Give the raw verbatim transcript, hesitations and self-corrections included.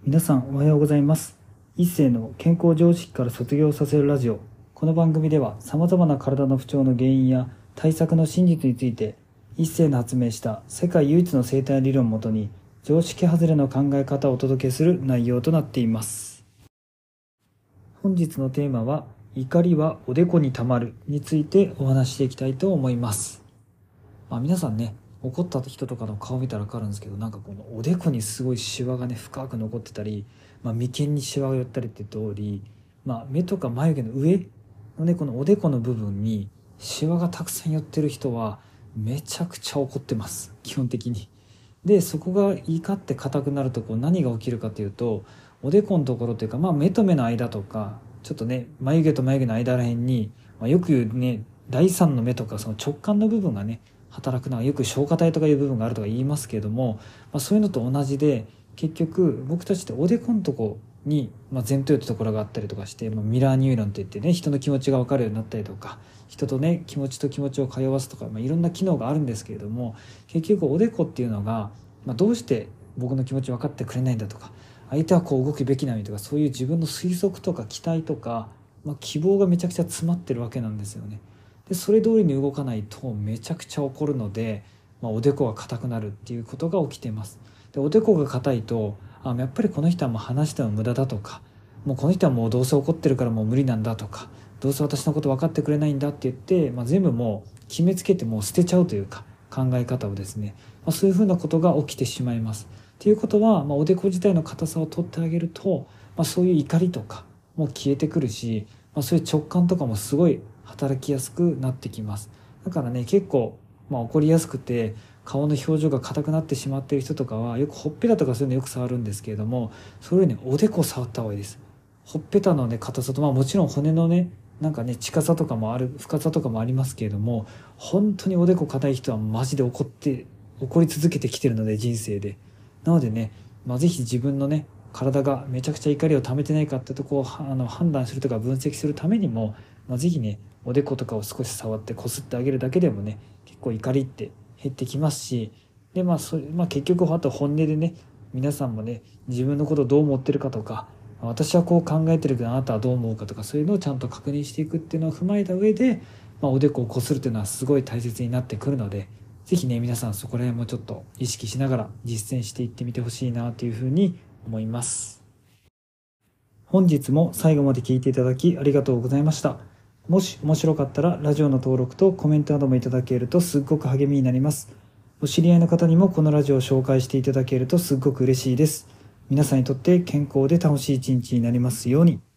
皆さんおはようございます。一世の健康常識から卒業させるラジオ。この番組では様々な体の不調の原因や対策の真実について、一世の発明した世界唯一の生態理論をもとに常識外れの考え方をお届けする内容となっています。本日のテーマは、怒りはおでこにたまるについてお話していきたいと思います。まあ、皆さんね、怒った人とかの顔見たら分かるんですけど、なんかこのおでこにすごいシワがね深く残ってたり、まあ、眉間にシワが寄ったりって通り、まあ、目とか眉毛の上のねこのおでこの部分にシワがたくさん寄ってる人はめちゃくちゃ怒ってます、基本的に。でそこが怒って硬くなるとこう何が起きるかというと、おでこのところというか、まあ、目と目の間とかちょっとね眉毛と眉毛の間らへんに、まあ、よく言うね第三の目とかその直感の部分がね働くのはよく消化体とかいう部分があるとか言いますけれども、まあ、そういうのと同じで、結局僕たちっておでこのとこに、まあ、前頭葉ってところがあったりとかして、まあ、ミラーニューロンって言ってね人の気持ちが分かるようになったりとか、人とね気持ちと気持ちを通わすとか、まあ、いろんな機能があるんですけれども、結局おでこっていうのが、まあ、どうして僕の気持ち分かってくれないんだとか、相手はこう動くべきなのにとか、そういう自分の推測とか期待とか、まあ、希望がめちゃくちゃ詰まってるわけなんですよね。でそれ通りに動かないとめちゃくちゃ怒るので、まあ、おでこが硬くなるっていうことが起きています。でおでこが硬いと、あやっぱりこの人はもう話しても無駄だとか、もうこの人はもうどうせ怒ってるからもう無理なんだとか、どうせ私のこと分かってくれないんだって言って、まあ、全部もう決めつけてもう捨てちゃうというか、考え方をですね、まあ、そういうふうなことが起きてしまいます。ということは、まあ、おでこ自体の硬さを取ってあげると、まあ、そういう怒りとかも消えてくるし、まあ、そういう直感とかもすごい働きやすくなってきます。だからね結構、まあ、怒りやすくて顔の表情が硬くなってしまっている人とかはよくほっぺたとかそういうのよく触るんですけれども、それよりねおでこ触った方がいいです。ほっぺたのね硬さと、まあ、もちろん骨のねなんかね近さとかもある、深さとかもありますけれども、本当におでこ硬い人はマジで怒って怒り続けてきてるので、人生で。なのでね、まあ、ぜひ自分のね体がめちゃくちゃ怒りを溜めてないかってとこをあの判断するとか分析するためにも、まあ、ぜひねおでことかを少し触ってこすってあげるだけでもね結構怒りって減ってきますし、でまあそれ、まあ、結局あと本音でね皆さんもね自分のことをどう思ってるかとか、私はこう考えてるけどあなたはどう思うかとか、そういうのをちゃんと確認していくっていうのを踏まえた上で、まあ、おでこをこするっていうのはすごい大切になってくるので、ぜひね皆さんそこら辺もちょっと意識しながら実践していってみてほしいなというふうに思います。本日も最後まで聞いていただきありがとうございました。もし面白かったらラジオの登録とコメントなどもいただけるとすっごく励みになります。お知り合いの方にもこのラジオを紹介していただけるとすっごく嬉しいです。皆さんにとって健康で楽しい一日になりますように。